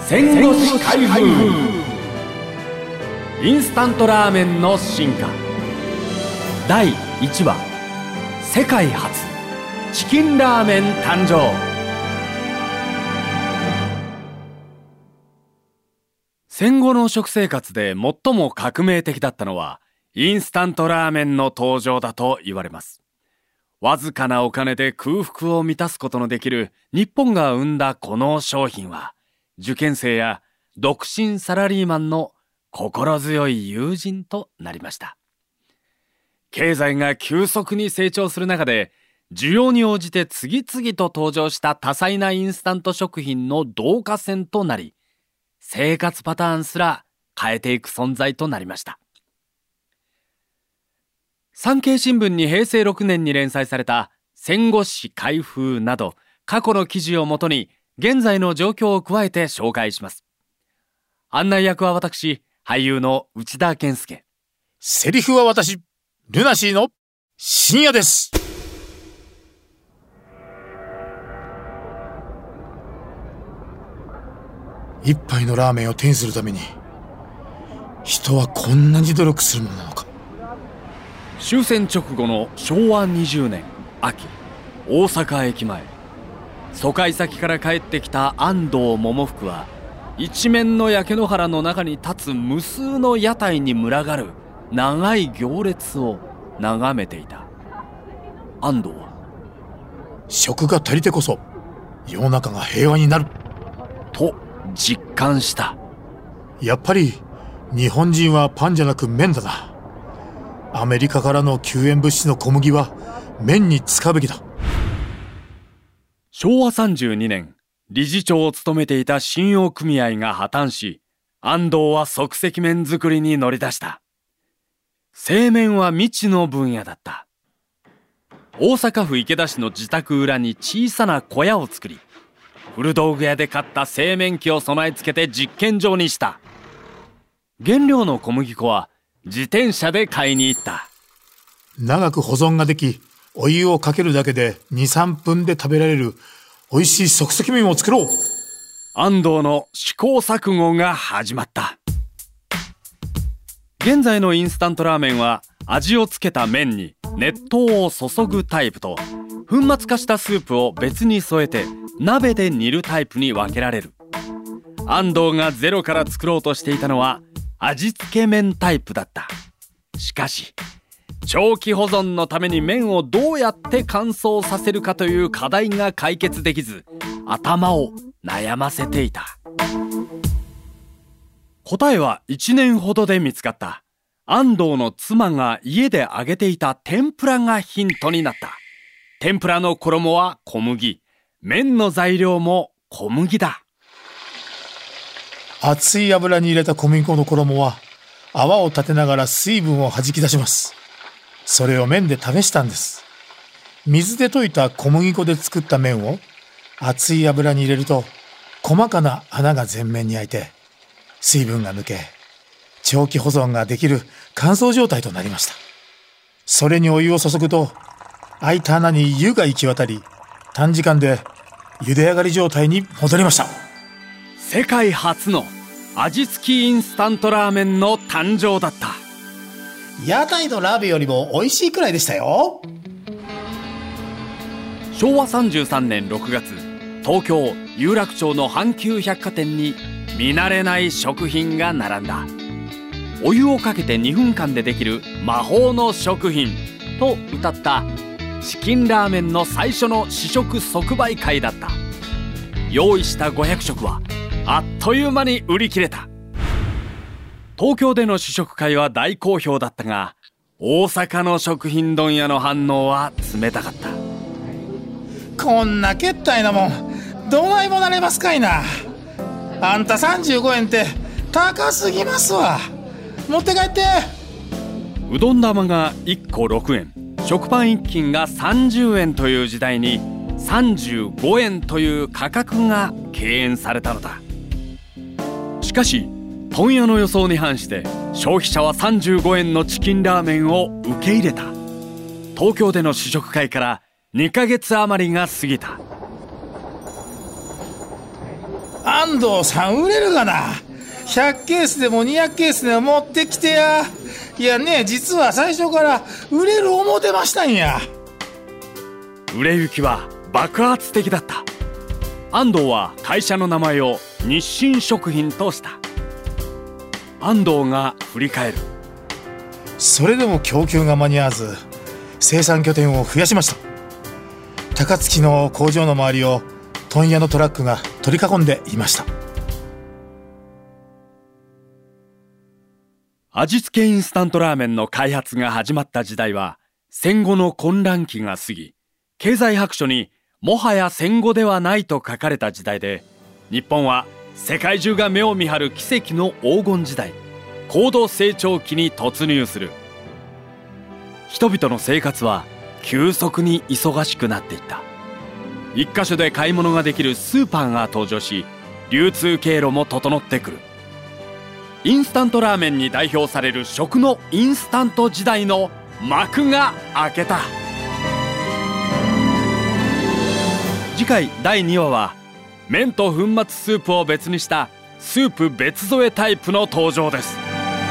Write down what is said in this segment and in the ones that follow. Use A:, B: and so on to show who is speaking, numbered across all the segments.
A: 戦後史開封。インスタントラーメンの進化。第1話、世界初チキンラーメン誕生。戦後の食生活で最も革命的だったのはインスタントラーメンの登場だと言われます。わずかなお金で空腹を満たすことのできる日本が生んだこの商品は、受験生や独身サラリーマンの心強い友人となりました。経済が急速に成長する中で、需要に応じて次々と登場した多彩なインスタント食品の導火線となり、生活パターンすら変えていく存在となりました。産経新聞に平成6年に連載された戦後史開封など過去の記事をもとに現在の状況を加えて紹介します。案内役は私、俳優の内田健介。
B: セリフは私、ルナシーの深夜です。一杯のラーメンを手にするために人はこんなに努力するものなのか。
A: 終戦直後の昭和20年秋、大阪駅前、疎開先から帰ってきた安藤百福は一面の焼け野原の中に立つ無数の屋台に群がる長い行列を眺めていた。安藤は
B: 食が足りてこそ世の中が平和になる
A: と実感した。
B: やっぱり日本人はパンじゃなく麺だな。アメリカからの救援物資の小麦は麺に使うべきだ。
A: 昭和32年、理事長を務めていた信用組合が破綻し、安藤は即席麺作りに乗り出した。製麺は未知の分野だった。大阪府池田市の自宅裏に小さな小屋を作り、古道具屋で買った製麺機を備え付けて実験場にした。原料の小麦粉は自転車で買いに行った。
B: 長く保存ができ、お湯をかけるだけで 2,3 分で食べられる美味しい即席麺を作ろう。
A: 安藤の試行錯誤が始まった。現在のインスタントラーメンは味をつけた麺に熱湯を注ぐタイプと、粉末化したスープを別に添えて鍋で煮るタイプに分けられる。安藤がゼロから作ろうとしていたのは味付け麺タイプだった。しかし長期保存のために麺をどうやって乾燥させるかという課題が解決できず、頭を悩ませていた。答えは1年ほどで見つかった。安藤の妻が家で揚げていた天ぷらがヒントになった。天ぷらの衣は小麦、麺の材料も小麦だ。
B: 熱い油に入れた小麦粉の衣は泡を立てながら水分を弾き出します。それを麺で試したんです。水で溶いた小麦粉で作った麺を熱い油に入れると、細かな穴が全面に開いて水分が抜け、長期保存ができる乾燥状態となりました。それにお湯を注ぐと、開いた穴に湯が行き渡り、短時間で茹で上がり状態に戻りました。
A: 世界初の味付きインスタントラーメンの誕生だった。
B: 屋台のラーメンよりも美味しいくらいでしたよ。
A: 昭和33年6月、東京有楽町の阪急百貨店に見慣れない食品が並んだ。お湯をかけて2分間でできる魔法の食品と謳ったチキンラーメンの最初の試食即売会だった。用意した500食はあっという間に売り切れた。東京での試食会は大好評だったが、大阪の食品問屋の反応は冷たかった。
B: こんなけったいなもんどないもなれますかいな。あんた35円って高すぎますわ。持って帰って。
A: うどん玉が1個6円、食パン1斤が30円という時代に35円という価格が敬遠されたのだ。しかし問屋の予想に反して消費者は35円のチキンラーメンを受け入れた。東京での試食会から2ヶ月余りが過ぎた。
B: 安藤さん売れるがな。100ケースでも200ケースでも持ってきてや。いやね、実は最初から売れる思ってましたんや。
A: 売れ行きは爆発的だった。安藤は会社の名前を日清食品とした。安藤が振り返る。
B: それでも供給が間に合わず、生産拠点を増やしました。高槻の工場の周りを問屋のトラックが取り囲んでいました。
A: 味付けインスタントラーメンの開発が始まった時代は戦後の混乱期が過ぎ、経済白書にもはや戦後ではないと書かれた時代で、日本は世界中が目を見張る奇跡の黄金時代、高度成長期に突入する。人々の生活は急速に忙しくなっていった。一箇所で買い物ができるスーパーが登場し、流通経路も整ってくる。インスタントラーメンに代表される食のインスタント時代の幕が開けた。次回第2話は麺と粉末スープを別にしたスープ別添えタイプの登場です。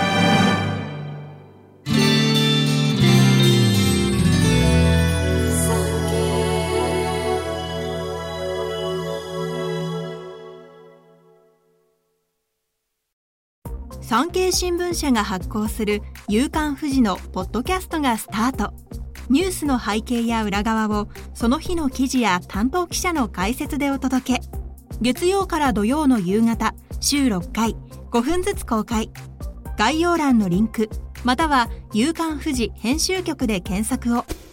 C: 産経新聞社が発行する夕刊フジのポッドキャストがスタート。ニュースの背景や裏側をその日の記事や担当記者の解説でお届け。月曜から土曜の夕方、週6回、5分ずつ公開。概要欄のリンクまたは夕刊フジ編集局で検索を。